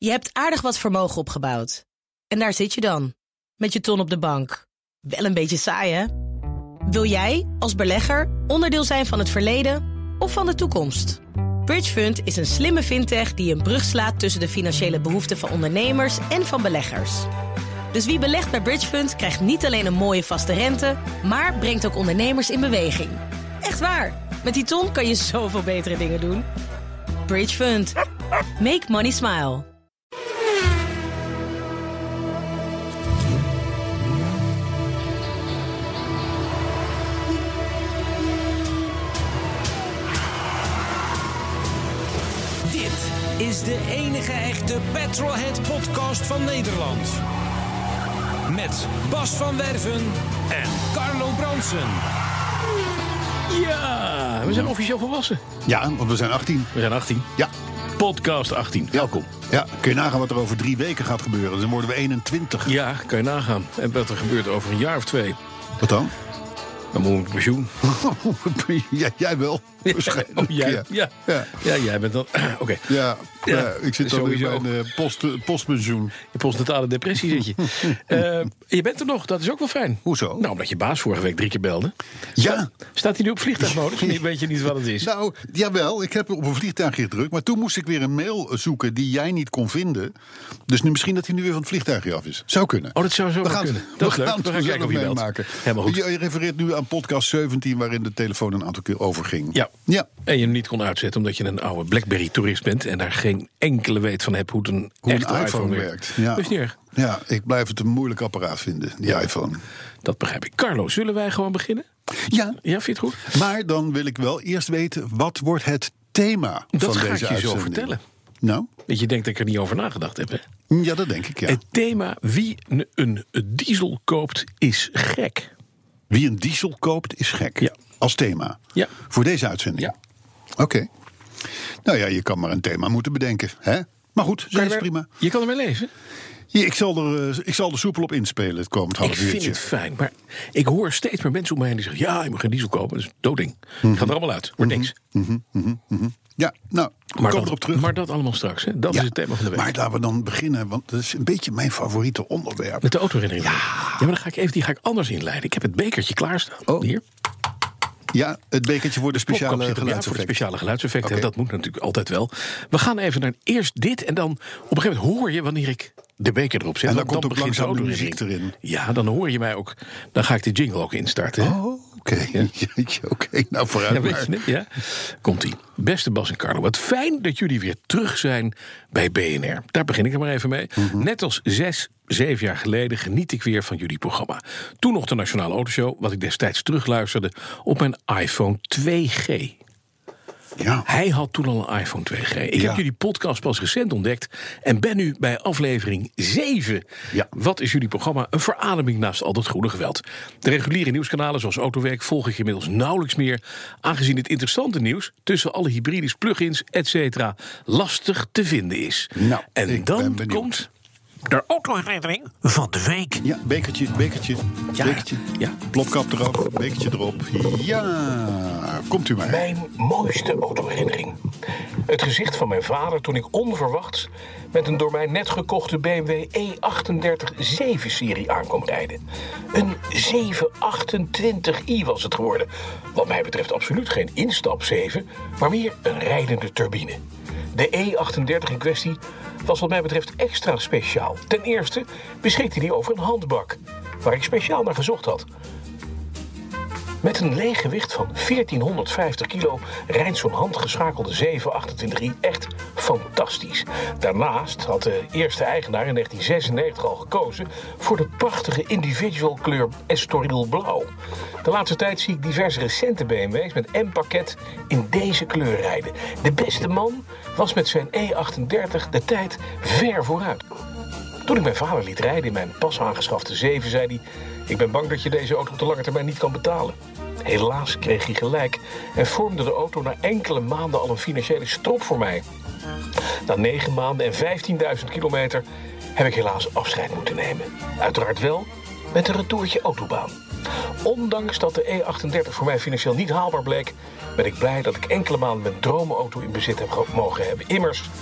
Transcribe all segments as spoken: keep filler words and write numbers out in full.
Je hebt aardig wat vermogen opgebouwd. En daar zit je dan, met je ton op de bank. Wel een beetje saai, hè? Wil jij, als belegger, onderdeel zijn van het verleden of van de toekomst? Bridgefund is een slimme fintech die een brug slaat tussen de financiële behoeften van ondernemers en van beleggers. Dus wie belegt bij Bridgefund krijgt niet alleen een mooie vaste rente, maar brengt ook ondernemers in beweging. Echt waar, met die ton kan je zoveel betere dingen doen. Bridgefund. Make money smile. Dit is de enige echte Petrolhead-podcast van Nederland. Met Bas van Werven en Carlo Bronsen. Ja, we zijn officieel volwassen. Ja, want we zijn achttien. We zijn achttien. Ja. Podcast achttien. Ja. Welkom. Ja, kun je nagaan wat er over drie weken gaat gebeuren. Dus dan worden we eenentwintig. Ja, kan je nagaan. En wat er gebeurt over een jaar of twee. Wat dan? Dan moeten we met pensioen. ja, jij wel. Waarschijnlijk. Oh, jij, ja. Ja. Ja. Ja, jij bent dan... Oké. Okay. Ja, ja, ja, ik zit dan in sowieso. mijn uh, post, postpensioen. Je postnatale depressie zit je. uh, je bent er nog, dat is ook wel fijn. Hoezo? Nou, omdat je baas vorige week drie keer belde. Ja. Staat hij nu op vliegtuigmodus? Weet je niet wat het is? Nou, jawel, ik heb op een vliegtuigje gedrukt. Maar toen moest ik weer een mail zoeken die jij niet kon vinden. Dus nu misschien dat hij nu weer van het vliegtuigje af is. Zou kunnen. Oh, dat zou zo we gaan, kunnen. Dat is we leuk. gaan We gaan kijken of je belt. maken. Helemaal goed. Je, je refereert nu aan podcast zeventien... waarin de telefoon een aantal keer overging. Ja. Ja. En je hem niet kon uitzetten omdat je een oude BlackBerry-toerist bent... en daar geen enkele weet van hebt hoe een, Hoe echte een iPhone, iPhone werkt. werkt. Ja. Dat is niet erg. Ja, ik blijf het een moeilijk apparaat vinden, die Ja. iPhone. Dat begrijp ik. Carlo, zullen wij gewoon beginnen? Ja, Ja, vind je het goed? maar dan wil ik wel eerst weten... wat wordt het thema Dat van ga deze ik je zo uitzending? vertellen. Nou, Dat je denkt dat ik er niet over nagedacht heb, hè? ja, dat denk ik, ja. Het thema wie een, een diesel koopt is gek. Wie een diesel koopt is gek. Ja. Als thema. Ja. Voor deze uitzending. Ja. Oké. Okay. Nou ja, je kan maar een thema moeten bedenken, hè? Maar goed, dat is er, prima. Je kan ermee leven. Ja, ik, zal er, uh, ik zal er soepel op inspelen het komend half Ik uurtje. vind het fijn, maar ik hoor steeds meer mensen om me heen die zeggen... ja, je moet geen diesel kopen, dat is dooding. Mm-hmm. Gaat er allemaal uit, wordt niks. Mm-hmm, mm-hmm, mm-hmm. Ja, nou, we Maar komen dat, erop terug. maar dat allemaal straks, hè? Dat ja, is het thema van de week. Maar laten we dan beginnen, want dat is een beetje mijn favoriete onderwerp. Met de autoherinnering. Ja. ja, maar dan ga ik even, die ga ik anders inleiden. Ik heb het bekertje klaarstaan. Oh. Hier. Ja, het bekertje voor de speciale Ja, voor de geluidseffecten. speciale geluidseffecten. Okay. Dat moet natuurlijk altijd wel. We gaan even naar eerst dit en dan op een gegeven moment hoor je wanneer ik de beker erop zet. En dan want komt ook begint langzaam de autoherinnering. muziek erin. Ja, dan hoor je mij ook. Dan ga ik de jingle ook instarten. Oh, oké. Okay. Ja. Oké, okay. Nou vooruit Ja, weet maar. je het? Ja? Komt-ie. Beste Bas en Carlo, wat fijn dat jullie weer terug zijn bij B N R. Daar begin ik er maar even mee. Mm-hmm. Net als zes, zeven jaar geleden geniet ik weer van jullie programma. Toen nog de Nationale Autoshow, wat ik destijds terugluisterde op mijn iPhone twee G. Ja. Hij had toen al een iPhone twee G. Ik Ja. heb jullie podcast pas recent ontdekt en ben nu bij aflevering zeven. Ja. Wat is jullie programma? Een verademing naast al dat goede geweld. De reguliere nieuwskanalen zoals Autowerk volg ik inmiddels nauwelijks meer, aangezien het interessante nieuws tussen alle hybrides, plugins, et cetera lastig te vinden is. Nou, en ik dan ben benieuwd. komt de autoherinnering van de week. Ja, bekertje, bekertje, Ja, bekertje. ja. Plopkap erop, bekertje erop. Ja, komt u maar. Mijn mooiste autoherinnering. Het gezicht van mijn vader toen ik onverwachts met een door mij net gekochte B M W E achtendertig zeven serie aankwam rijden. Een zeven achtentwintig i was het geworden. Wat mij betreft absoluut geen instap zeven, maar meer een rijdende turbine. De E achtendertig in kwestie was wat mij betreft extra speciaal. Ten eerste beschikte hij over een handbak, waar ik speciaal naar gezocht had. Met een leeg gewicht van veertienhonderdvijftig kilo rijdt zo'n handgeschakelde zeven achtentwintig i echt fantastisch. Daarnaast had de eerste eigenaar in negentien zesennegentig al gekozen voor de prachtige individual kleur Estoril blauw. De laatste tijd zie ik diverse recente B M W's met M-pakket in deze kleur rijden. De beste man was met zijn E achtendertig de tijd ver vooruit. Toen ik mijn vader liet rijden in mijn pas aangeschafte zeven, zei hij: ik ben bang dat je deze auto op de lange termijn niet kan betalen. Helaas kreeg hij gelijk en vormde de auto na enkele maanden al een financiële strop voor mij. Na negen maanden en vijftienduizend kilometer heb ik helaas afscheid moeten nemen. Uiteraard wel met een retourtje autobaan. Ondanks dat de E achtendertig voor mij financieel niet haalbaar bleek, ben ik blij dat ik enkele maanden mijn droomauto in bezit heb mogen hebben. Immers,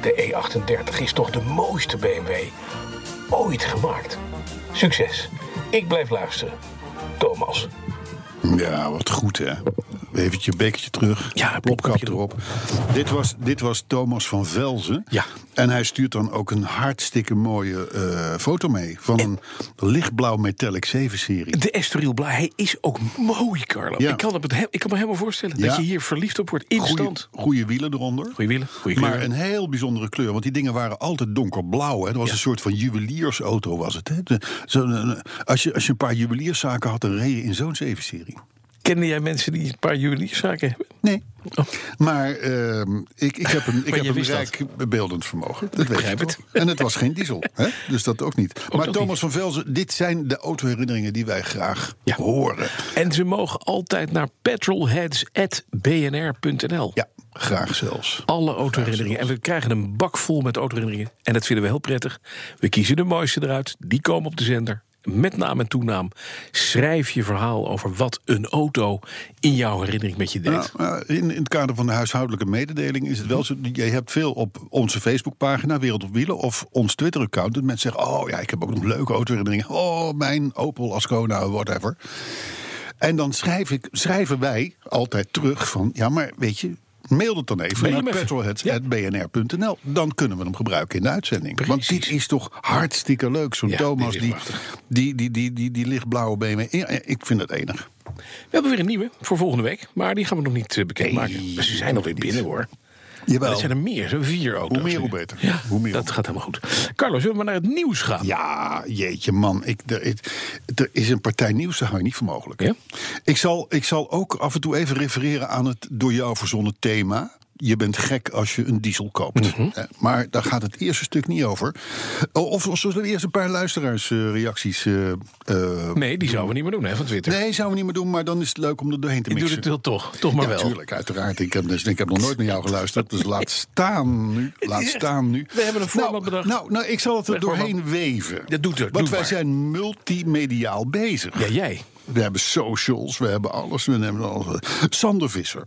De E achtendertig is toch de mooiste B M W ooit gemaakt. Succes. Ik blijf luisteren. Thomas. Ja, wat goed, hè. Even je bekertje terug. Ja, plopkap erop. Dit was, dit was Thomas van Velzen. Ja. En hij stuurt dan ook een hartstikke mooie uh, foto mee. Van en een lichtblauw Metallic zeven-serie. De Estoril Blauw, hij is ook mooi, Carlo. Ja. Ik, kan het, ik kan me helemaal voorstellen Ja. dat je hier verliefd op wordt. Instant. Goede wielen eronder. Goeie wielen, goeie Maar kleuren. een heel bijzondere kleur. Want die dingen waren altijd donkerblauw. Hè. Dat was Ja. een soort van juweliersauto was het. Hè. De, zo, een, als, je, als je een paar juwelierszaken had, dan reed je in zo'n zeven-serie. Kende jij mensen die een paar juwelierszaken hebben? Nee. Oh. Maar uh, ik, ik heb een, ik Maar heb je een wist rijk beeldend vermogen. Dat weet je begrijp toch? het. En het was geen diesel. Hè? Dus dat ook niet. Ook maar dat Thomas niet. van Velzen, dit zijn de autoherinneringen die wij graag Ja. horen. En ze mogen altijd naar petrolheads at b n r punt n l. Ja, graag zelfs. Alle autoherinneringen. En we krijgen een bak vol met autoherinneringen. En dat vinden we heel prettig. We kiezen de mooiste eruit. Die komen op de zender. Met naam en toenaam. Schrijf je verhaal over wat een auto in jouw herinnering met je deed. Nou, in, in het kader van de huishoudelijke mededeling is het wel zo. Je hebt veel op onze Facebookpagina, Wereld op Wielen, of ons Twitter-account. Dat mensen zeggen: oh ja, ik heb ook nog leuke autoherinneringen. Oh, mijn Opel Ascona, whatever. En dan schrijf ik, schrijven wij altijd terug van: ja, maar weet je. Mail het dan even Mail naar hem even. petrolheads at b n r punt n l. Dan kunnen we hem gebruiken in de uitzending. Precies. Want dit is toch hartstikke leuk. Zo'n Ja, Thomas, dit is die, prachtig. die, die, die, die, die lichtblauwe B M W. Ja, ik vind het enig. We hebben weer een nieuwe voor volgende week. Maar die gaan we nog niet uh, bekendmaken. Nee, Maar ze zijn alweer binnen, hoor. Maar Jawel. er zijn er meer, zo'n vier auto's. Hoe meer, nu. hoe beter. Ja, Hoe meer, dat hoe gaat helemaal goed. Carlo, zullen we maar naar het nieuws gaan? Ja, jeetje man. Ik, er, het- er is een partij nieuws, daar hou je niet voor mogelijk. Ja? Ik, zal, ik zal ook af en toe even refereren aan het door jou verzonnen thema. Je bent gek als je een diesel koopt. Mhm. Eh, Maar daar gaat het eerste stuk niet over. Of, of zullen we eerst een paar luisteraarsreacties... Uh, Nee, die zouden we niet meer doen, hè, van Twitter. Nee, zouden we niet meer doen, maar dan is het leuk om er doorheen te Ik doe mixen. het wel toch, toch maar ja, wel. natuurlijk, uiteraard. Ik heb, dus, ik heb nog nooit naar jou geluisterd, dus laat staan nu. Laat staan nu. We hebben een format nou, bedacht. Nou, nou, ik zal het er Met doorheen weven. Ja, doet er, Want doe wij maar. zijn multimediaal bezig. Ja, jij. We hebben socials, we hebben alles. We hebben alles. Sander Visser,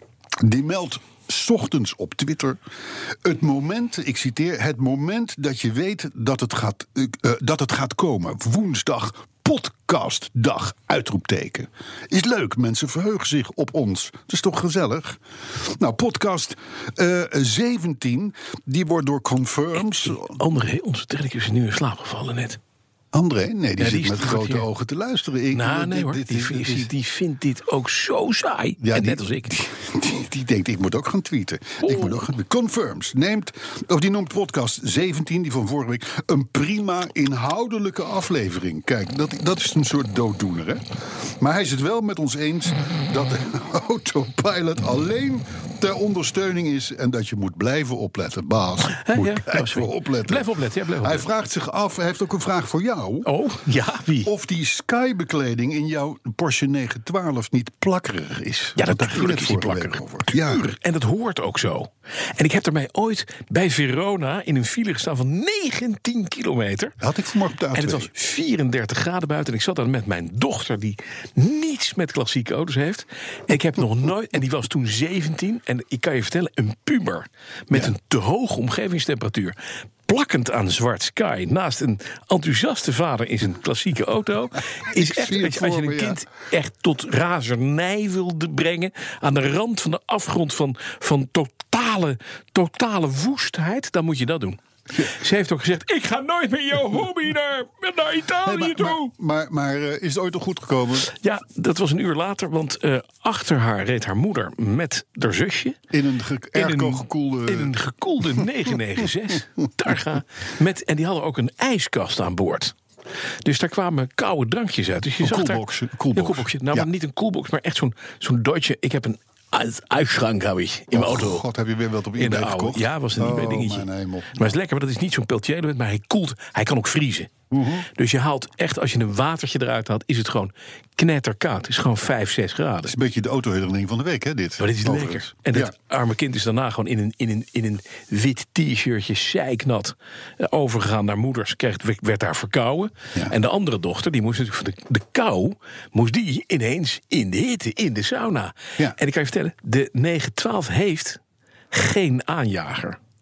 die meldt 's ochtends op Twitter: het moment, ik citeer, het moment dat je weet dat het gaat, uh, dat het gaat komen. Woensdag, podcastdag, uitroepteken. Is leuk, mensen verheugen zich op ons. Het is toch gezellig? Nou, podcast uh, zeventien, die wordt door Confirms... André, onze technicus, is nu in slaap gevallen net. André? Nee, die Ja, zit die met is- grote die- ogen te luisteren. Ik, Nou, dit- nee hoor, dit- die, dit- vindt- dit is- die vindt dit ook zo saai. Ja, en die- net als ik. Die, die denkt, ik moet ook gaan tweeten. Ik moet ook gaan tweeten. Confirms neemt, of die noemt podcast zeventien, die van vorige week, een prima inhoudelijke aflevering. Kijk, dat, dat is een soort dooddoener, hè? Maar hij is het wel met ons eens dat de autopilot alleen ter ondersteuning is en dat je moet blijven opletten. Baas, Hè, moet ja, blijven sorry. opletten. Blijf opletten, ja, blijf Hij opletten. vraagt zich af, hij heeft ook een vraag voor jou. Oh, ja, wie? Of die skybekleding in jouw Porsche negen twaalf niet plakkerig is. Ja, Want daar ging natuurlijk het is die vorige week plakkerig. over. Ja. Tuurlijk. En dat hoort ook zo. En ik heb er mij ooit bij Verona in een file gestaan van negentien kilometer. Had ik vanmorgen op de A twee. En het was vierendertig graden buiten. En ik zat daar met mijn dochter, die niets met klassieke auto's heeft. En ik heb nog nooit. En die was toen zeventien. En ik kan je vertellen, een puber. Met Ja. een te hoge omgevingstemperatuur. Plakkend aan zwart sky. Naast een enthousiaste vader in zijn klassieke auto. Is Ik echt, zie het weet je, als je voor een me, ja. kind echt tot razernij wilde brengen. Aan de rand van de afgrond van, van totale, totale woestheid. Dan moet je dat doen. Ze heeft ook gezegd: ik ga nooit met jouw hobby naar, naar Italië Nee, maar, toe. maar, maar, maar uh, is het ooit nog goed gekomen? Ja, dat was een uur later, want uh, achter haar reed haar moeder met haar zusje. In een ge- erg gekoelde... In een gekoelde negen negen zes Targa. Met, en die hadden ook een ijskast aan boord. Dus daar kwamen koude drankjes uit. Dus je Een zag koelbox, daar, een koelbox. Een koelboxje. Nou, Ja. maar niet een koelbox, maar echt zo'n zo'n Duitse. Ik heb een ijsschrank heb ik in mijn Oh, auto. God, heb je weer wat op In de eBay oude. gekocht? Ja, was een oh, eBay dingetje. mijn hemel. Maar het is lekker, maar dat is niet zo'n Peltier element, maar hij koelt. Hij kan ook vriezen. Mhm. Dus je haalt echt, als je een watertje eruit haalt, is het gewoon knetterkoud. Het is gewoon vijf, zes graden. Het is een beetje de autoherinnering van de week, hè, dit? Maar dit is Overigens. lekker. En dat Ja. arme kind is daarna gewoon in een, in een, in een wit t-shirtje, zeiknat, eh, overgegaan naar moeders. Kreeg, werd daar verkouden. Ja. En de andere dochter, die moest natuurlijk van de, de kou, moest die ineens in de hitte, in de sauna. Ja. En ik kan je vertellen, de negen twaalf heeft geen aanjager.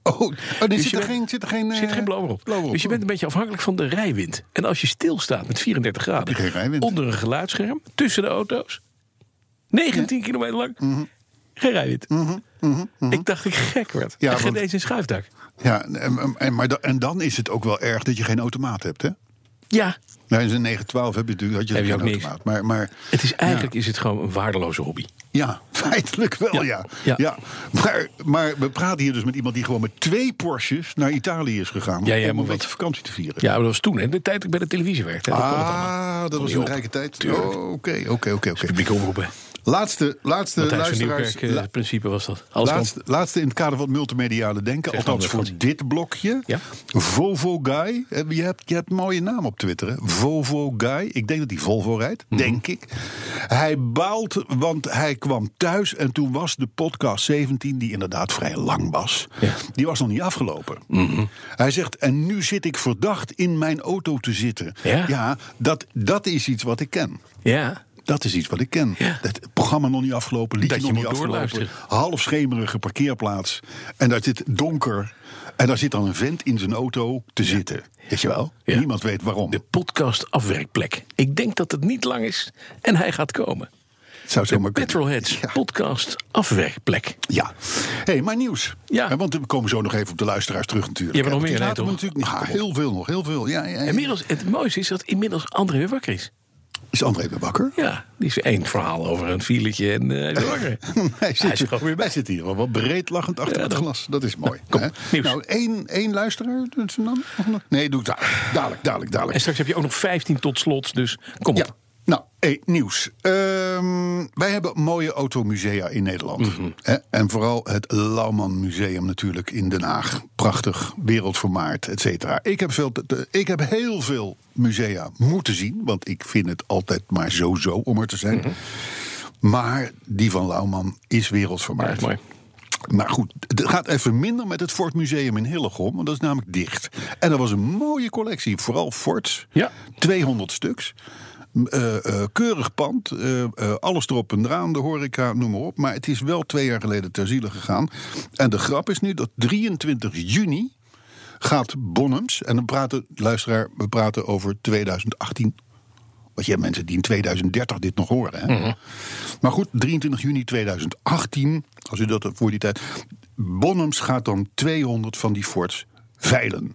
Oh, oh nee, Dus zit, je er bent- geen, zit er geen... zit eh, geen blower op. blower op. Dus je bent een beetje afhankelijk van de rijwind. En als je stilstaat met vierendertig graden... Geen rijwind. onder een geluidsscherm, tussen de auto's... negentien kilometer lang, Mhm. geen rijwind. Ik dacht ik gek werd. Ja, Ja, geen want- eens een schuifdak. Ja, en, en, maar da- en dan is het ook wel erg dat je geen automaat hebt, hè? Ja, Nou, in zijn negen twaalf heb je natuurlijk had je Heb je geen ook niks. automaat. Maar, maar het is eigenlijk is het gewoon een waardeloze hobby. ja, feitelijk wel, ja. Ja, ja. ja. Maar, maar we praten hier dus met iemand die gewoon met twee Porsches naar Italië is gegaan. Ja, jij om een moet beetje wat- vakantie te vieren. Ja, maar dat was toen, hè, de tijd dat ik bij de televisie werkte. Hè, dat kon het allemaal. Ah, dat was niet een op. rijke tijd. Tuurlijk. Oh, Oké, oké, oké, oké. Publiek omroepen. Laatste, laatste Matthijs van luisteraars. Nieuwkerk, la- eh, principe was dat. Alles Laatste, laatste in het kader van het multimediale denken. Zeg Althans dan voor even dit blokje. Ja. Volvo Guy. Eh, Je hebt, je hebt een mooie naam op Twitter. Hè? Volvo Guy. Ik denk dat hij Volvo rijdt. Mhm. Denk ik. Hij baalt, want hij kwam thuis. En toen was de podcast zeventien, die inderdaad vrij lang was. Ja. Die was nog niet afgelopen. Hij zegt, en nu zit ik verdacht in mijn auto te zitten. Ja. dat, dat is iets wat ik ken. Ja, Dat is iets wat ik ken. Ja. Het programma nog niet afgelopen, liedje Dat je nog niet moet afgelopen. doorluisteren. Half schemerige parkeerplaats. En daar zit donker. En daar zit dan een vent in zijn auto te zitten. Weet je wel? Ja. Niemand weet waarom. de podcast afwerkplek. Ik denk dat het niet lang is en hij gaat komen. Het zou De zomaar kunnen. Petrolheads Ja. podcast afwerkplek. Ja. Hé, hey, maar nieuws. Ja. Hè, want we komen zo nog even op de luisteraars terug natuurlijk. Je hebt er nog Hè, meer, want die nee, laten we toch? natuurlijk niet. Ja, heel veel nog, heel veel. Ja, ja, ja. Inmiddels, het mooiste is dat inmiddels André weer wakker is. Is André weer wakker? Ja, die is één verhaal over een filetje en uh, hij is weer wakker. Hij zit, Hij is er gewoon weer bij. hij zit hier wel wat breed lachend achter Ja, het dan- glas. Dat is mooi. Kom, hè? nieuws. Nou, één, één luisteraar. Doe het zo dan? Nee, doe ik dadelijk. Dadelijk, dadelijk, dadelijk. En straks heb je ook nog vijftien tot slot, dus kom op. Ja. Nou, hey, nieuws. Ehm, wij hebben mooie automusea in Nederland. Mhm. Hè? En vooral het Lauwman Museum natuurlijk in Den Haag. Prachtig, wereldvermaard, et cetera. Ik heb veel te- te- ik heb heel veel musea moeten zien. Want ik vind het altijd maar zo-zo om er te zijn. Mhm. Maar die van Lauwman is Ja, wereldvermaard. is mooi. Maar goed, het gaat even minder met het Ford Museum in Hillegom. Want dat is namelijk dicht. En dat was een mooie collectie. Vooral Fords. Ja. tweehonderd stuks. Uh, uh, keurig pand, uh, uh, alles erop en eraan, de horeca, noem maar op. Maar het is wel twee jaar geleden ter ziele gegaan. En de grap is nu dat drieëntwintig juni gaat Bonhams... en dan praten, luisteraar, we praten over tweeduizend achttien... want je hebt mensen die in tweeduizend dertig dit nog horen. Hè? Mhm. Maar goed, drieëntwintig juni tweeduizend achttien, als u dat voor die tijd... Bonhams gaat dan tweehonderd van die Fords veilen.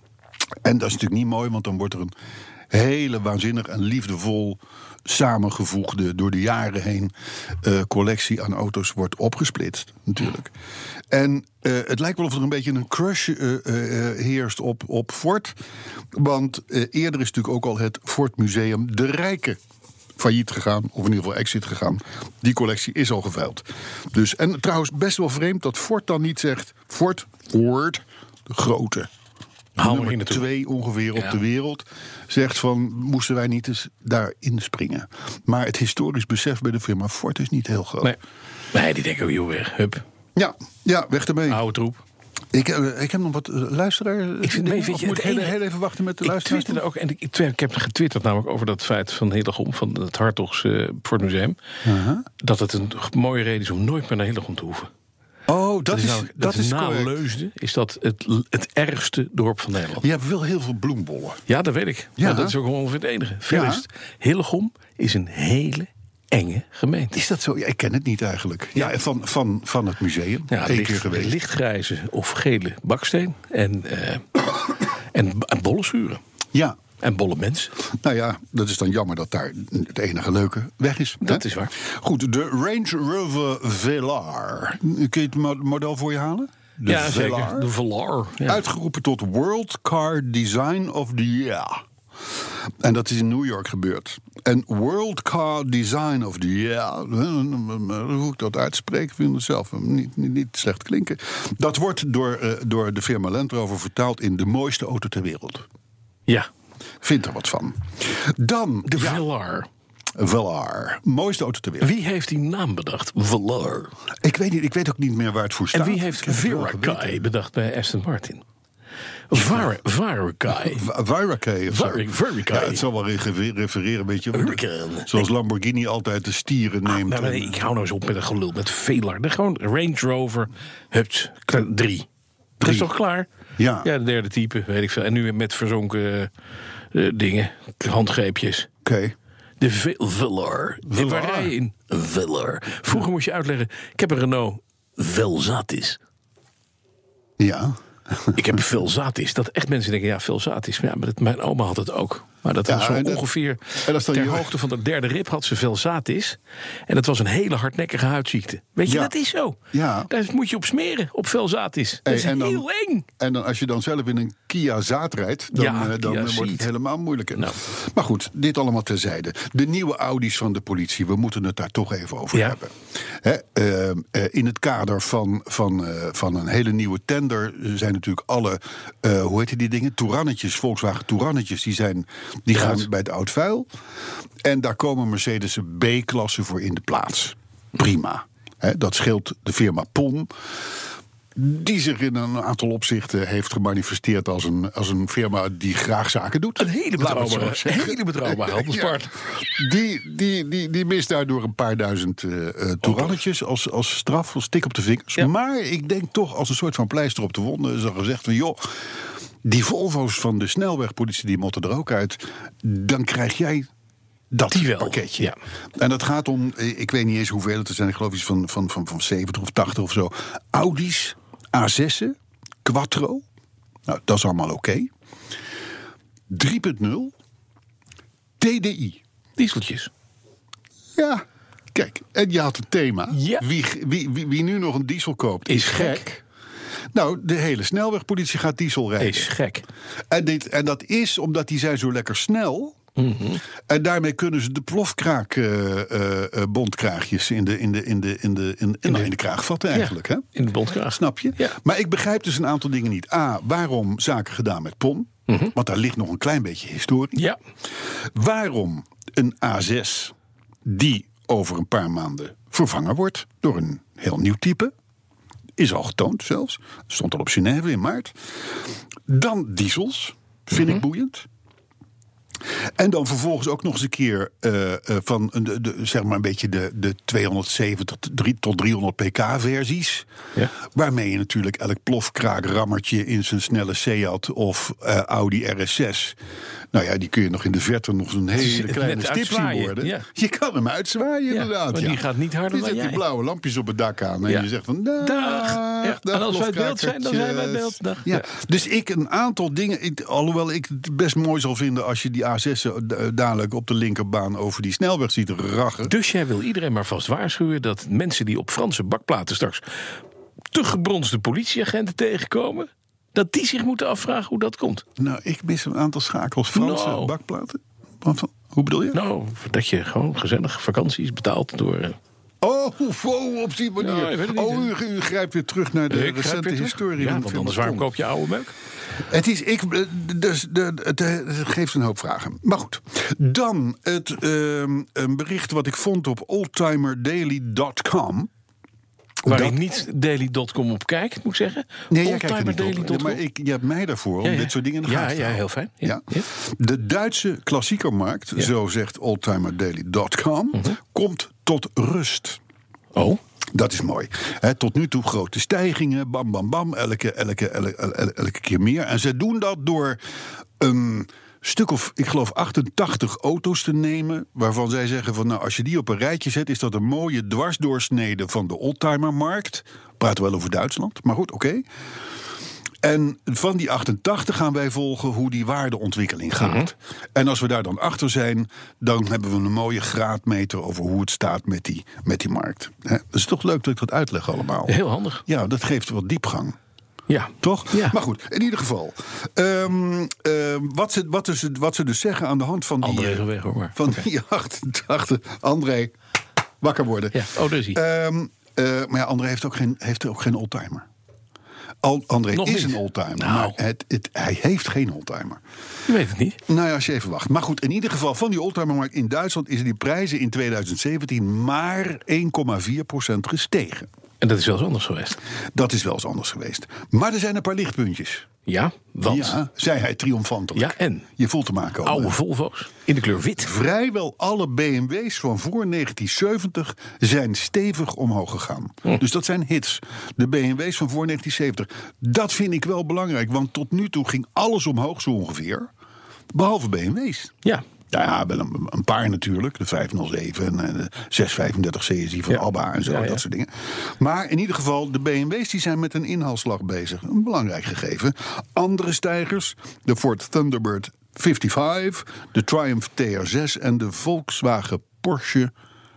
En dat is natuurlijk niet mooi, want dan wordt er een hele waanzinnig en liefdevol samengevoegde, door de jaren heen, uh, collectie aan auto's wordt opgesplitst, natuurlijk. En uh, het lijkt wel of er een beetje een crush uh, uh, heerst op, op Ford. Want uh, eerder is natuurlijk ook al het Ford Museum De Rijke failliet gegaan, of in ieder geval exit gegaan. Die collectie is al geveild. Dus, en trouwens best wel vreemd dat Ford dan niet zegt, Ford, Ford, de grote, Haal maar nummer hier naartoe. twee ongeveer op Ja. de wereld, zegt van, moesten wij niet eens daarin springen. Maar het historisch besef bij de firma Ford is niet heel groot. Nee. nee, die denken, joh, weer, hup, Ja, ja, weg ermee. oude troep. Ik, uh, ik heb nog wat uh, luisteraar. Ik vind, nee, vind of je, moet ik het heel, enige- heel even wachten met de Ik luisteraars? twitterde ook, en ik, ik, ik heb getwitterd namelijk over dat feit van Hillegom, van het Hartogs uh, Ford Museum, Uh-huh. dat het een mooie reden is om nooit meer naar Hillegom te hoeven. Oh, dat, is, namelijk- dat is na correct. Leusden is dat het, het ergste dorp van Nederland. Je hebt wel heel veel bloembollen. Ja, dat weet ik. Ja. Maar dat is ook ongeveer het enige. Verder Ja. is het, Hillegom is een hele enge gemeente. Is dat zo? Ja, ik ken het niet eigenlijk. Ja, van, van, van het museum. Ja, Eén licht, keer geweest. lichtgrijze of gele baksteen en, uh, en, en bolle schuren. Ja, En bolle mensen. nou ja, dat is dan jammer dat daar het enige leuke weg is. Dat hè? is waar. Goed, de Range Rover Velar. Kun je het mo- model voor je halen? De ja, Velar. zeker. De Velar. Ja. Uitgeroepen tot World Car Design of the Year. En dat is in New York gebeurd. En World Car Design of the Year, hoe ik dat uitspreek, vind ik het zelf niet, niet, niet slecht klinken. Dat wordt door, uh, door de firma Land Rover vertaald in de mooiste auto ter wereld. ja, Vind er wat van. Dan de ja, Velar. Velar, mooiste auto ter wereld. Wie heeft die naam bedacht? Velar. Ik weet, niet, ik weet ook niet meer waar het voor En staat. wie heeft Ik heb het wel Verakai geweten. bedacht bij Aston Martin? Var- Verakai. Va- Virakai of zo. Vari- Virakai. Ja, het zal wel refe- refereren, weet je. Hurricane. Zoals Lamborghini altijd de stieren neemt. Nou, maar nee, en- ik hou nou eens op met een gelul met Velar. De gewoon Range Rover, hups, drie. Dat is toch klaar? Ja. Ja, de derde type, weet ik veel. En nu met verzonken uh, dingen, handgreepjes. Oké. Okay. De Velar. En waar rij je in? Een Velar. Vroeger moest je uitleggen, ik heb een Renault Velsatis. Ja. Ik heb Velsatis. Dat echt mensen denken, ja, Velsatis. Maar, ja, maar dat, mijn oma had het ook. Maar dat was ja, zo dat, ongeveer ter je... hoogte van de derde rib had ze Velsatis. En dat was een hele hardnekkige huidziekte. Weet je, ja. dat is zo. Ja. Daar moet je op smeren, op Velsatis. Dat hey, is heel dan, eng. En dan als je dan zelf in een Kia Zaat rijdt, dan, ja, uh, dan uh, wordt het helemaal moeilijker. Nou. Maar goed, dit allemaal terzijde. De nieuwe Audi's van de politie, we moeten het daar toch even over ja. hebben. Hè, uh, uh, in het kader van, van, uh, van een hele nieuwe tender zijn natuurlijk alle, uh, hoe heet die dingen? Tourannetjes, Volkswagen Tourannetjes, die zijn... Die gaan bij het oud vuil. En daar komen Mercedes B-klasse voor in de plaats. Prima. He, dat scheelt de firma Pon. Die zich in een aantal opzichten heeft gemanifesteerd als een, als een firma die graag zaken doet. Een hele betrouwbare, hele betrouwbare handelspartner. Ja, die, die, die, die mist daardoor een paar duizend uh, toerannetjes als, als straf, als tik op de vingers. Ja. Maar ik denk toch als een soort van pleister op de wonden is er gezegd van joh, die Volvo's van de snelwegpolitie die motten er ook uit. Dan krijg jij dat pakketje. Ja. En dat gaat om, ik weet niet eens hoeveel het er zijn. Ik geloof iets van, van, van, van zeventig of tachtig of zo. Audi's, A zes'en, Quattro. Nou, dat is allemaal oké. Okay. drie punt nul. T D I. Dieseltjes. Ja, kijk. En je had het thema. Ja. Wie, wie, wie, wie nu nog een diesel koopt, is, is gek. gek. Nou, de hele snelwegpolitie gaat diesel rijden. Is gek. En, dit, en dat is omdat die zijn zo lekker snel. Mm-hmm. En daarmee kunnen ze de plofkraak uh, uh, bondkraagjes in de, in de, in de, in de, in, in, in de, in de kraag vatten eigenlijk. Ja, hè? In de bondkraag. Snap je? Ja. Maar ik begrijp dus een aantal dingen niet. A, waarom zaken gedaan met Pon? Mm-hmm. Want daar ligt nog een klein beetje historie. Ja. Waarom een A zes die over een paar maanden vervangen wordt door een heel nieuw type? Is al getoond zelfs. Stond al op Genève in maart. Dan diesels. Vind mm-hmm. ik boeiend. En dan vervolgens ook nog eens een keer uh, uh, van de, de, zeg maar een beetje de, de tweehonderdzeventig tot driehonderd pk versies. Ja. Waarmee je natuurlijk elk plofkraakrammertje in zijn snelle Seat of uh, Audi R S zes. Nou ja, die kun je nog in de verte nog zo'n hele kleine stip zien worden. Ja. Je kan hem uitzwaaien, ja, inderdaad. Maar ja. die gaat niet harder dan jij. Je zet die blauwe lampjes op het dak aan en ja. je zegt van dag. dag. Ja. dag en als wij het beeld zijn, dan zijn wij het beeld. Dag. Ja. Ja. Dus ik een aantal dingen, ik, alhoewel ik het best mooi zal vinden als je die A zes'en dadelijk op de linkerbaan over die snelweg ziet rachen. Dus jij wil iedereen maar vast waarschuwen dat mensen die op Franse bakplaten straks te gebronsde politieagenten tegenkomen, dat die zich moeten afvragen hoe dat komt. Nou, ik mis een aantal schakels Franse no. bakplaten. Hoe bedoel je? Nou, dat je gewoon gezellig vakanties betaalt door... Uh... Oh, oh, op die manier. Nou, niet, oh, u, u grijpt weer terug naar de ik recente historie. Ja, want anders waarom koop je oude meuk? Het is, ik, dus, de, het, het geeft een hoop vragen. Maar goed. Dan het uh, een bericht wat ik vond op oldtimer daily dot com. Waar dat... ik niet daily dot com op kijk, moet ik zeggen. Nee, jij kijkt er niet op. Ja, maar ik, je hebt mij daarvoor om ja, ja. dit soort dingen in de gaten te Ja, ja, heel fijn. Ja. Ja. De Duitse klassiekermarkt, ja. zo zegt oldtimer daily dot com, uh-huh. komt tot rust. Oh? Dat is mooi. He, tot nu toe grote stijgingen, bam, bam, bam, elke, elke, elke, elke, elke keer meer. En ze doen dat door een stuk of, ik geloof, achtentachtig auto's te nemen, waarvan zij zeggen van, nou, als je die op een rijtje zet, is dat een mooie dwarsdoorsnede van de oldtimermarkt. Praten we wel over Duitsland, maar goed, oké. Okay. En van die achtentachtig gaan wij volgen hoe die waardeontwikkeling gaat. Mm-hmm. En als we daar dan achter zijn, dan hebben we een mooie graadmeter over hoe het staat met die, met die markt. He, dat is toch leuk dat ik dat uitleg allemaal. Heel handig. Ja, dat geeft wat diepgang. Ja. Toch? Ja. Maar goed, in ieder geval. Um, uh, wat, ze, wat, is, wat ze dus zeggen aan de hand van die... André weg, hoor maar. Van okay. die achtentachtig... André, wakker worden. Ja. Oh, daar is hij. Um, uh, maar ja, André heeft ook geen, heeft ook geen oldtimer. Al, André Nog is niet. een oldtimer, nou. maar het, het, hij heeft geen oldtimer. Je weet het niet. Nou ja, als je even wacht. Maar goed, in ieder geval van die oldtimermarkt in Duitsland is die prijzen in tweeduizend zeventien maar één komma vier procent gestegen. En dat is wel eens anders geweest. Dat is wel eens anders geweest. Maar er zijn een paar lichtpuntjes. Ja, want? Ja, zei hij triomfantelijk. Ja, en? Je voelt hem aankomen. Oude Volvo's in de kleur wit. Vrijwel alle B M W's van voor negentien zeventig zijn stevig omhoog gegaan. Hm. Dus dat zijn hits. De B M W's van voor negentien zeventig. Dat vind ik wel belangrijk, want tot nu toe ging alles omhoog zo ongeveer. Behalve B M W's. Ja. Ja, wel een, een paar natuurlijk. De vijfhonderdzeven en de zeshonderdvijfendertig C S I van ja. ABBA en zo, ja, ja. dat soort dingen. Maar in ieder geval, de B M W's die zijn met een inhaalslag bezig. Een belangrijk gegeven. Andere stijgers, de Ford Thunderbird vijfenvijftig, de Triumph T R zes en de Volkswagen Porsche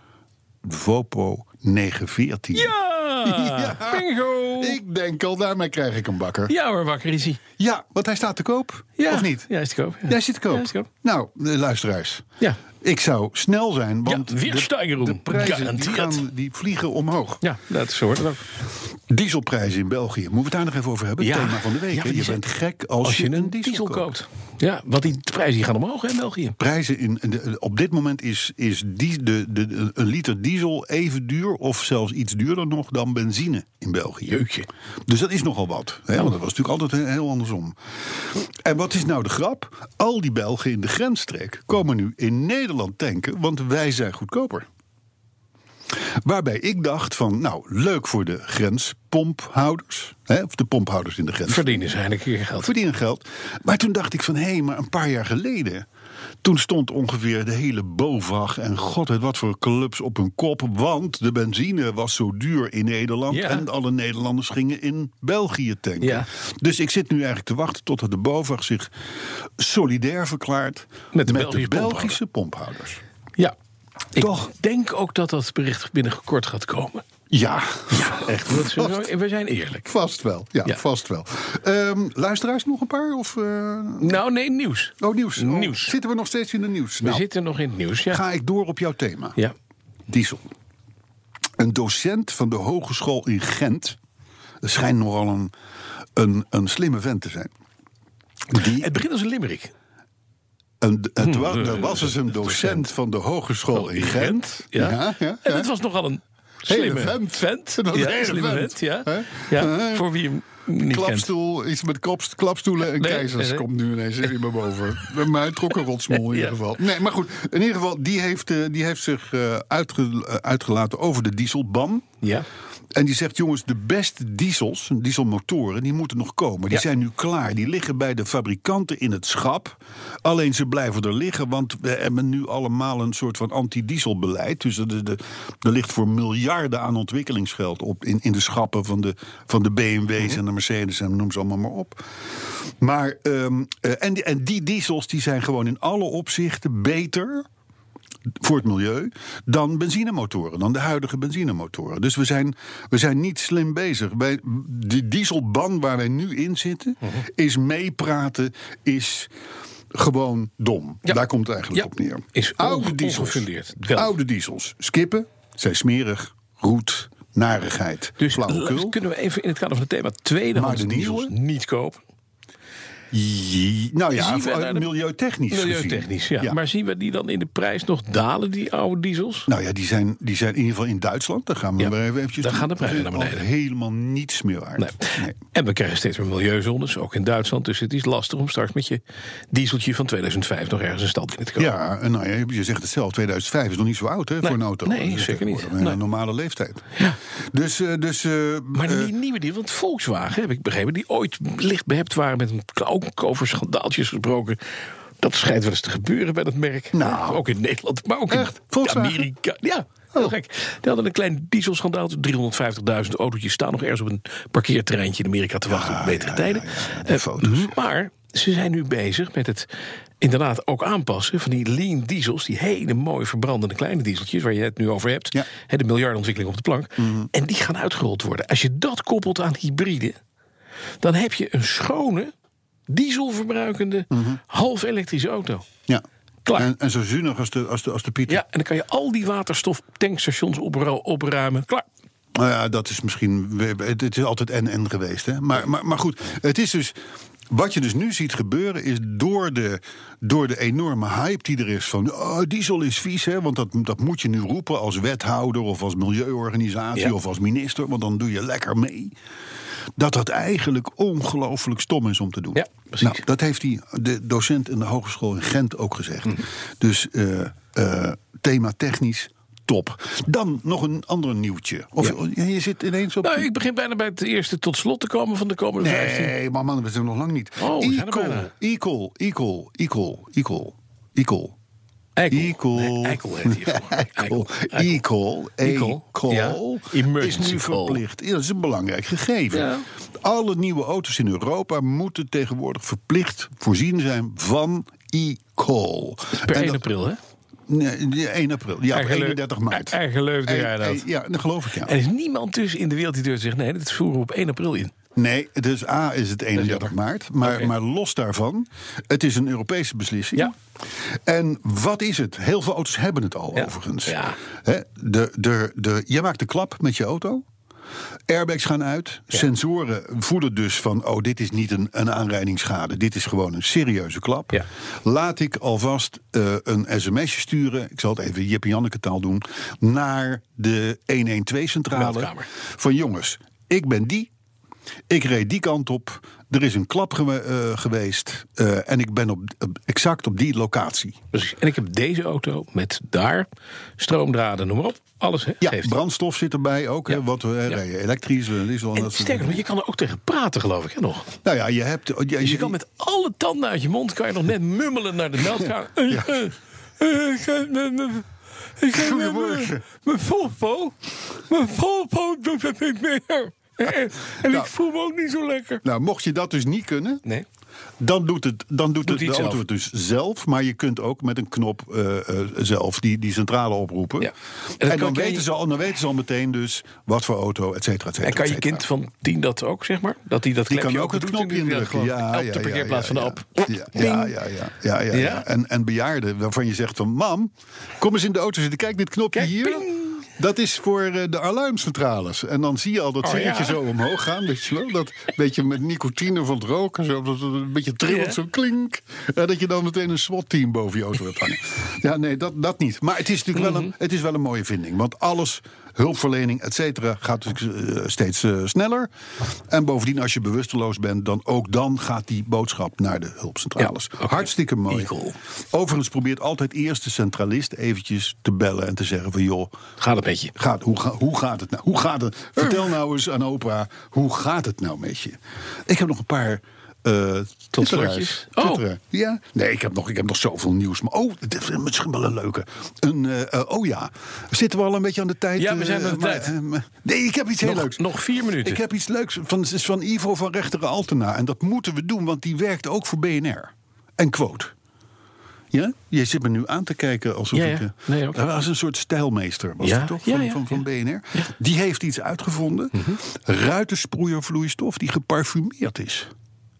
Vopo negenhonderdveertien. Ja! Ja, bingo! Ik denk al, daarmee krijg ik een bakker. Ja hoor, wakker is hij. Ja, want hij staat te koop, ja. of niet? Ja, hij is te koop. Ja. Jij zit te koop. Ja, is te koop. Nou, de luisteraars. Ja. Ik zou snel zijn, want ja, de, de prijzen die, gaan, die vliegen omhoog. Ja, dat is hoort ook. Dieselprijzen in België. Moeten we het daar nog even over hebben? Ja. Thema van de week. Ja, je bent gek als, als je, je een diesel, diesel koopt. koopt. Ja, want die prijzen die gaan omhoog in België. Prijzen in, de, op dit moment is, is die, de, de, een liter diesel even duur of zelfs iets duurder nog dan benzine in België. Jeukje. Dus dat is nogal wat. Hè? Want dat was natuurlijk altijd heel andersom. En wat is nou de grap? Al die Belgen in de grensstreek komen nu in Nederland tanken, want wij zijn goedkoper. Waarbij ik dacht van, nou, leuk voor de grenspomphouders. Hè, of de pomphouders in de grens. Verdienen ze eigenlijk hier geld. Verdienen geld. Maar toen dacht ik van, hé, hey, maar een paar jaar geleden, toen stond ongeveer de hele BOVAG en god weet wat voor clubs op hun kop. Want de benzine was zo duur in Nederland. Ja. En alle Nederlanders gingen in België tanken. Ja. Dus ik zit nu eigenlijk te wachten totdat de BOVAG zich solidair verklaart met de, met Belgische, de Belgische pomphouders. Ja. Toch? Ik denk ook dat dat bericht binnenkort gaat komen. Ja, ja echt. We, we zijn eerlijk. Vast wel, ja, ja. vast wel. Um, luisteraars nog een paar? Of, uh... Nou, nee, nieuws. Oh, nieuws. Oh, nieuws. Zitten we nog steeds in de nieuws? We nou, zitten nog in het nieuws, ja. Ga ik door op jouw thema. Ja. Diesel. Een docent van de hogeschool in Gent, dat schijnt nogal een, een, een slimme vent te zijn. Die... Het begint als een limerick. En het was, er was dus een docent van de hogeschool in Gent. Ja. Ja, ja, en het was nogal een slimme vent. vent. Dat ja, hele slimme vent. vent ja. Ja, voor wie hem niet Klapstoel, kent. iets met klap, klapstoelen en nee, keizers nee. komt nu ineens in me boven. Maar hij trok een rotsmol in ieder geval. Nee, maar goed, in ieder geval, die heeft, die heeft zich uh, uitge, uitgelaten over de dieselban. Ja. En die zegt, jongens, de beste diesels, dieselmotoren, die moeten nog komen. Die ja. zijn nu klaar. Die liggen bij de fabrikanten in het schap. Alleen ze blijven er liggen, want we hebben nu allemaal een soort van anti-dieselbeleid. Dus er, de, er ligt voor miljarden aan ontwikkelingsgeld op in, in de schappen van de, van de B M W's mm-hmm. en de Mercedes en noem ze allemaal maar op. Maar, um, uh, en, die, en die diesels die zijn gewoon in alle opzichten beter voor het milieu dan benzinemotoren, dan de huidige benzinemotoren. Dus we zijn, we zijn niet slim bezig. Bij de dieselban waar wij nu in zitten, uh-huh. is meepraten, is gewoon dom. Ja. Daar komt het eigenlijk ja. op neer. Is oude diesels. Oude diesels. Skippen, zijn smerig, roet, narigheid, dus flauwekul. Kunnen we even in het kader van het thema tweedehands diesels niet kopen? Je, nou ja, milieutechnisch. Milieutechnisch, ja. ja. Maar zien we die dan in de prijs nog dalen, die oude diesels? Nou ja, die zijn, die zijn in ieder geval in Duitsland. Daar gaan we ja, even eventjes. Daar gaan de prijzen naar beneden. Helemaal niets meer waard. Nee. Nee. En we krijgen steeds meer milieuzones, ook in Duitsland. Dus het is lastig om straks met je dieseltje van tweeduizend vijf nog ergens een stad binnen te komen. Ja, en nou ja, je zegt het zelf, tweeduizend vijf is nog niet zo oud hè, nee, voor een auto. Nee, dus zeker niet. Een nee. normale leeftijd. Ja. Dus, uh, dus, uh, maar die uh, nieuwe die, want Volkswagen, heb ik begrepen, die ooit licht behept waren met een over schandaaltjes gesproken. Dat schijnt wel eens te gebeuren bij dat merk. Nou, ook in Nederland, maar ook echt? in Amerika. Ja, heel oh. gek. Die hadden een klein dieselschandaal. driehonderdvijftigduizend autootjes staan nog ergens op een parkeerterreintje in Amerika te wachten ja, op betere ja, tijden. Ja, ja, ja. Uh, maar ze zijn nu bezig met het inderdaad ook aanpassen van die lean diesels, die hele mooie verbrandende kleine dieseltjes waar je het nu over hebt. Ja. De miljardenontwikkeling op de plank. Mm-hmm. En die gaan uitgerold worden. Als je dat koppelt aan hybride, dan heb je een schone dieselverbruikende, mm-hmm. half elektrische auto. Ja. Klaar. En, en zo zuinig als de, als de, als de Pieter. Ja, en dan kan je al die waterstoftankstations opru- opruimen. Klaar. Nou ja, dat is misschien... Het is altijd en-en geweest, hè. Maar, maar, maar goed, het is dus... Wat je dus nu ziet gebeuren is door de, door de enorme hype die er is van... Oh, diesel is vies, hè, want dat, dat moet je nu roepen als wethouder... of als milieuorganisatie ja. of als minister, want dan doe je lekker mee. Dat dat eigenlijk ongelooflijk stom is om te doen. Ja, precies. Nou, dat heeft die, de docent in de hogeschool in Gent ook gezegd. Mm. Dus uh, uh, thema technisch... Top. Dan nog een ander nieuwtje. Of ja. je zit ineens op... Nou, ik begin bijna bij het eerste tot slot te komen van de komende nee, vijftien. Nee, maar man, we zijn nog lang niet. Oh, equal, equal, equal, equal, equal, equal. Eikel. Nee, Eikel heet hij. Eikel. Equal. Equal. Ja. Is nu verplicht. Ja, dat is een belangrijk gegeven. Ja. Alle nieuwe auto's in Europa moeten tegenwoordig verplicht voorzien zijn van equal. Per één april, hè? Nee, één april. Ja, op eenendertig maart. Eigen leufde jij dat. Ja, dat geloof ik, ja. Er is niemand dus in de wereld die durft te zeggen... nee, dit voeren we op één april in. Nee, dus A is het eenendertig maart. Maar, okay. maar los daarvan, het is een Europese beslissing. Ja. En wat is het? Heel veel auto's hebben het al, ja. overigens. Ja. He, de, de, de, je maakt de klap met je auto... Airbags gaan uit. Ja. Sensoren voelen dus van... oh, dit is niet een, een aanrijdingsschade. Dit is gewoon een serieuze klap. Ja. Laat ik alvast uh, een sms'je sturen... ik zal het even Jip en Janneke taal doen... naar de honderdtwaalf-centrale. Van jongens, ik ben die. Ik reed die kant op. Er is een klap ge- uh, geweest. Uh, en ik ben op, uh, exact op die locatie. Precies. En ik heb deze auto met daar stroomdraden, noem maar op. Alles, hè? Ja, brandstof zit erbij ook. Ja. Hè, wat we ja. rijden, elektrisch. Diesel, en sterker nog, je kan er ook tegen praten, geloof ik, hè, nog. Nou ja, je hebt... Je, dus je, je kan met alle tanden uit je mond... kan je nog net mummelen naar de meldkamer. Ja. Goedemorgen. Mijn Volvo. Mijn Volvo doet het niet meer. En nou, ik voel me ook niet zo lekker. Nou, mocht je dat dus niet kunnen... Nee. Dan doet, het, dan doet, doet het, de auto zelf. het dus zelf. Maar je kunt ook met een knop uh, uh, zelf die, die centrale oproepen. Ja. En, en dan, weten je... ze al, dan weten ze al meteen dus wat voor auto, et cetera, et cetera. En kan je kind van tien dat ook, zeg maar? Dat die dat die kan ook het knopje indrukken. Ja, op de parkeerplaats ja, ja, van de app. Ja, ja, ja. ja, ja, ja, ja. En, en bejaarden waarvan je zegt van... mam, kom eens in de auto zitten. Kijk, dit knopje Kijk, hier... Ping. Dat is voor de alarmcentrales. En dan zie je al dat oh, vingertje ja. zo omhoog gaan. Weet je wel? Dat beetje met nicotine van het roken. Zo, dat het een beetje trillert, ja. zo klink. En dat je dan meteen een SWAT-team boven je auto hebt hangen. Ja, nee, dat, dat niet. Maar het is natuurlijk mm-hmm. wel, een, het is wel een mooie vinding. Want alles, hulpverlening, et cetera, gaat uh, steeds uh, sneller. En bovendien, als je bewusteloos bent... dan ook dan gaat die boodschap naar de hulpcentrales. Ja, okay. Hartstikke mooi. Eagle. Overigens probeert altijd eerst de centralist eventjes te bellen... en te zeggen van, joh... Gaat het met je? Gaat, hoe, ga, hoe gaat het nou? Hoe gaat het? Vertel nou eens aan opa, hoe gaat het nou met je? Ik heb nog een paar... Uh, Tot slotjes. Oh. Ja? Nee, ik heb, nog, ik heb nog zoveel nieuws. Maar oh, dit is misschien wel een leuke. Een, uh, uh, oh ja, zitten we al een beetje aan de tijd? Ja, we zijn aan de uh, tijd. Maar, uh, nee, ik heb iets heel nog, leuks. Nog vier minuten. Ik heb iets leuks. Van, het is van Ivo van Rechteren Altena. En dat moeten we doen, want die werkt ook voor B N R. En quote. Ja? Je zit me nu aan te kijken alsof ja, ja. ik... Uh, nee, okay. Dat was een soort stijlmeester, was ja? het toch? Ja, van, ja, van, van ja. B N R. Ja. Die heeft iets uitgevonden. Mm-hmm. Ruitensproeiervloeistof die geparfumeerd is.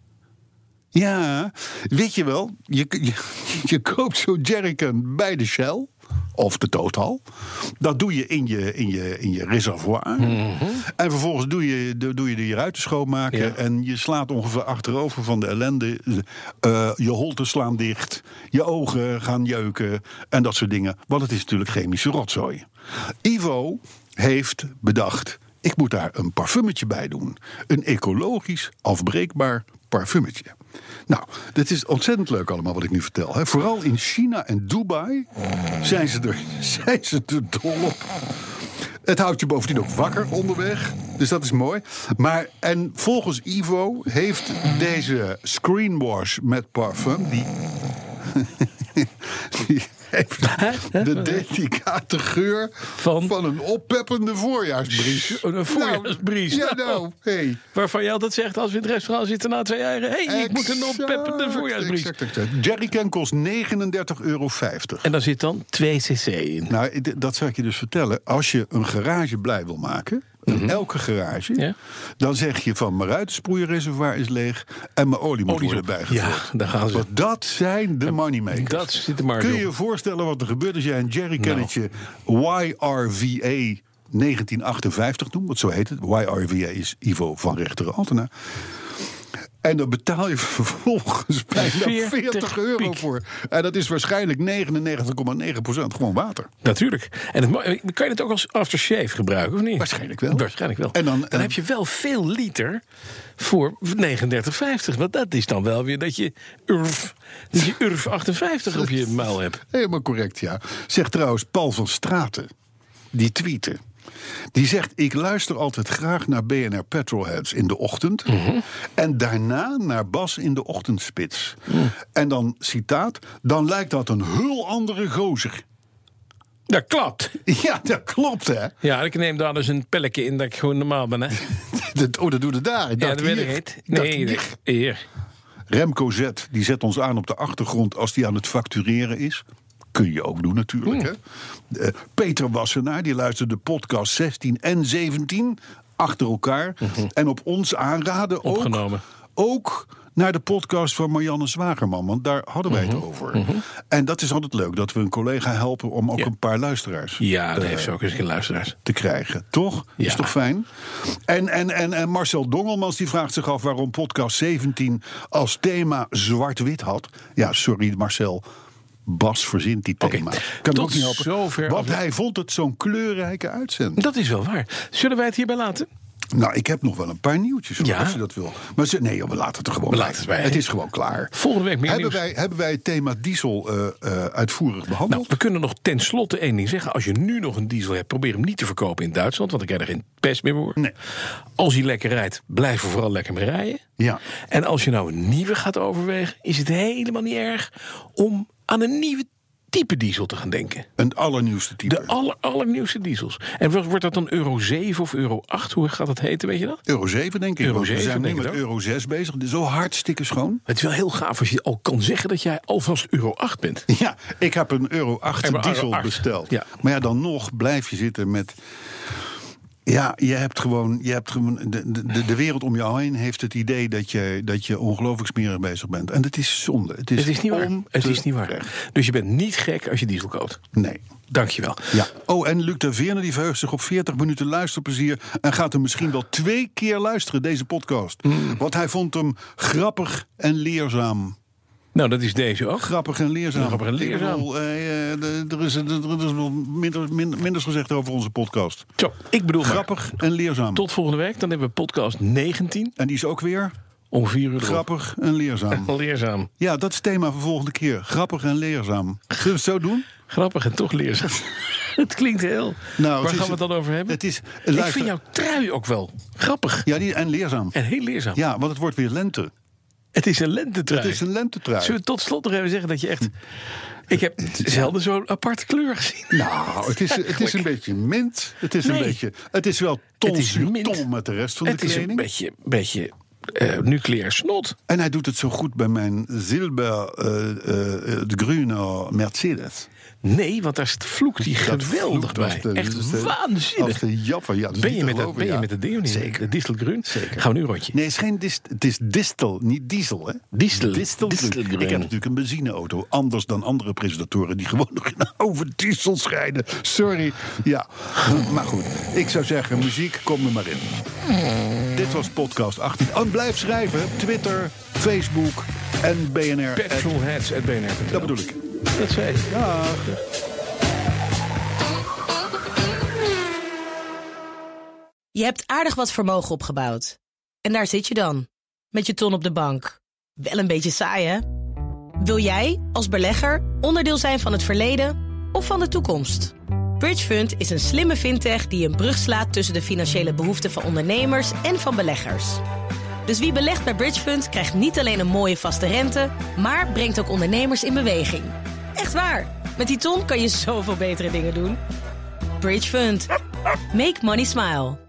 Ja, weet je wel, je, je, je koopt zo'n jerrycan bij de Shell of de Total. Dat doe je in je, in je, in je reservoir. Mm-hmm. En vervolgens doe je, doe je de je ruiten schoonmaken. Ja. En je slaat ongeveer achterover van de ellende. Uh, je holten slaan dicht. Je ogen gaan jeuken. En dat soort dingen. Want het is natuurlijk chemische rotzooi. Ivo heeft bedacht... ik moet daar een parfumetje bij doen. Een ecologisch afbreekbaar parfumetje. Nou, dit is ontzettend leuk allemaal wat ik nu vertel. Hè. Vooral in China en Dubai zijn ze er, zijn ze er dol op. Het houdt je bovendien ook wakker onderweg. Dus dat is mooi. Maar, en volgens Ivo heeft deze screenwash met parfum... die, die heeft de delicate geur van, van een oppeppende voorjaarsbries. Een voorjaarsbries. Nou, ja, nou, hey. Waarvan je altijd zegt, als we in het restaurant zitten na twee eieren... hé, hey, ik moet een oppeppende voorjaarsbries. Exact, exact. Jerrycan kost negenendertig euro vijftig. En daar zit dan twee cc in. Nou, dat zou ik je dus vertellen. Als je een garage blij wil maken... Mm-hmm. In elke garage, ja. Dan zeg je van mijn ruitensproeierreservoir is leeg en mijn olie moet worden bijgevuld. Ja, daar gaan ze. Want dat zijn de moneymakers. Dat zit er maar Kun je je voorstellen wat er gebeurt als jij een jerrycannetje nou. Y R V A negentien achtenvijftig doen, want zo heet het. Y R V A is Ivo van Rechteren Altena. En dan betaal je vervolgens bijna veertig euro piek. voor. En dat is waarschijnlijk negenennegentig komma negen procent gewoon water. Natuurlijk. En het, kan je het ook als aftershave gebruiken, of niet? Waarschijnlijk wel. Waarschijnlijk wel. En dan, dan uh, heb je wel veel liter voor negenendertig vijftig. Want dat is dan wel weer dat je urf, dat je urf achtenvijftig op je muil hebt. Helemaal correct, ja. Zegt trouwens Paul van Straten, die tweette. Die zegt, ik luister altijd graag naar B N R Petrolheads in de ochtend. Mm-hmm. En daarna naar Bas in de ochtendspits. Mm. En dan, citaat, dan lijkt dat een heel andere gozer. Dat klopt. Ja, dat klopt, hè? Ja, ik neem daar dus een pelletje in dat ik gewoon normaal ben, hè? Oh, dat doet het daar. Ja, dat weet ik niet. Nee, nee, hier. Remco Z, die zet ons aan op de achtergrond als die aan het factureren is. Kun je ook doen natuurlijk. Mm. Hè? Uh, Peter Wassenaar, die luisterde de podcast zestien en zeventien achter elkaar. Mm-hmm. En op ons aanraden opgenomen. Ook, ook naar de podcast van Marianne Zwagerman. Want daar hadden wij mm-hmm. het over. Mm-hmm. En dat is altijd leuk, dat we een collega helpen om ook ja. een paar luisteraars ja, dat uh, heeft ze ook eens geen luisteraars te krijgen. Toch? Ja. Is toch fijn? En, en, en, en Marcel Dongelmans die vraagt zich af waarom podcast zeventien als thema zwart-wit had. Ja, sorry Marcel. Bas verzint die thema. Okay. Kan Tot ook niet helpen. Zover want hij vond het zo'n kleurrijke uitzending. Dat is wel waar. Zullen wij het hierbij laten? Nou, ik heb nog wel een paar nieuwtjes, hoor, ja? als je dat wil. Maar ze, nee, joh, we laten het er gewoon bij. Het, het is gewoon klaar. Volgende week meer hebben nieuws. Wij, hebben wij het thema diesel uh, uh, uitvoerig behandeld? Nou, we kunnen nog tenslotte één ding zeggen. Als je nu nog een diesel hebt, probeer hem niet te verkopen in Duitsland. Want dan krijg je er geen pest meer voor. Nee. Als hij lekker rijdt, blijf er vooral lekker mee rijden. Ja. En als je nou een nieuwe gaat overwegen, is het helemaal niet erg om aan een nieuwe type diesel te gaan denken. Een allernieuwste type. De aller, allernieuwste diesels. En wordt dat dan Euro zeven of Euro acht? Hoe gaat dat heten, weet je dat? Euro zeven, denk ik. Euro zeven, we zijn nu met Euro zes bezig. Zo hartstikke schoon. Het is wel heel gaaf als je al kan zeggen dat jij alvast Euro acht bent. Ja, ik heb een Euro acht Euro diesel acht. besteld. Ja. Maar ja, dan nog blijf je zitten met... Ja, je hebt gewoon, je hebt gewoon de, de, de wereld om jou heen heeft het idee dat je, dat je ongelooflijk smerig bezig bent. En dat is zonde. Het is, het is niet waar. Het is niet waar. Dus je bent niet gek als je diesel koopt. Nee. Dankjewel. Ja. Oh, en Luc de Veerne die verheugt zich op veertig minuten luisterplezier en gaat hem misschien wel twee keer luisteren, deze podcast. Mm. Want hij vond hem grappig en leerzaam. Nou, dat is deze ook. Grappig en leerzaam. Grappig en leerzaam. Bedoel, uh, er is, er is wel minder, minder, minder gezegd over onze podcast. Zo, ik bedoel grappig maar. en leerzaam. Tot volgende week, dan hebben we podcast negentien. En die is ook weer... Om vier uur grappig en leerzaam. leerzaam. Ja, dat is het thema voor volgende keer. Grappig en leerzaam. Zullen we het zo doen? Grappig en toch leerzaam. Het klinkt heel... Nou, waar gaan we het dan over hebben? Het is, ik luister... vind jouw trui ook wel grappig. Ja, die, en leerzaam. En heel leerzaam. Ja, want het wordt weer lente. Het is een lentetrui. Het is een lentetrui. Zullen we tot slot nog even zeggen dat je echt... Ik heb zelden zo'n aparte kleur gezien. Nou, het is, het is een beetje mint. Het is, nee. een beetje, het is wel ton, het is ton met de rest van het de kleding. Het is een beetje... beetje Uh, nucleair snot. En hij doet het zo goed bij mijn zilber uh, uh, de groene Mercedes. Nee, want daar vloekt hij geweldig bij. De, Echt de, waanzinnig. Als de japper, ja, ben je met het, ben je ja. met het ding? Zeker. De distelgroen? Zeker. Gaan we nu een rondje? Nee, het is geen dist, het is distel, niet diesel, hè? Distel. Distelgroen. Ik heb natuurlijk een benzineauto, anders dan andere presentatoren die gewoon nog in over diesel scheiden. Sorry. Ja, maar goed. Ik zou zeggen, muziek, kom er maar in. Dit was podcast achttien. En blijf schrijven. Twitter, Facebook en B N R. Petrolheads at B N R. Dat bedoel ik. Dat zei ik. Ja. Je hebt aardig wat vermogen opgebouwd. En daar zit je dan. Met je ton op de bank. Wel een beetje saai, hè? Wil jij, als belegger, onderdeel zijn van het verleden of van de toekomst? Bridgefund is een slimme fintech die een brug slaat tussen de financiële behoeften van ondernemers en van beleggers. Dus wie belegt bij Bridgefund krijgt niet alleen een mooie vaste rente, maar brengt ook ondernemers in beweging. Echt waar. Met die ton kan je zoveel betere dingen doen. Bridgefund. Make money smile.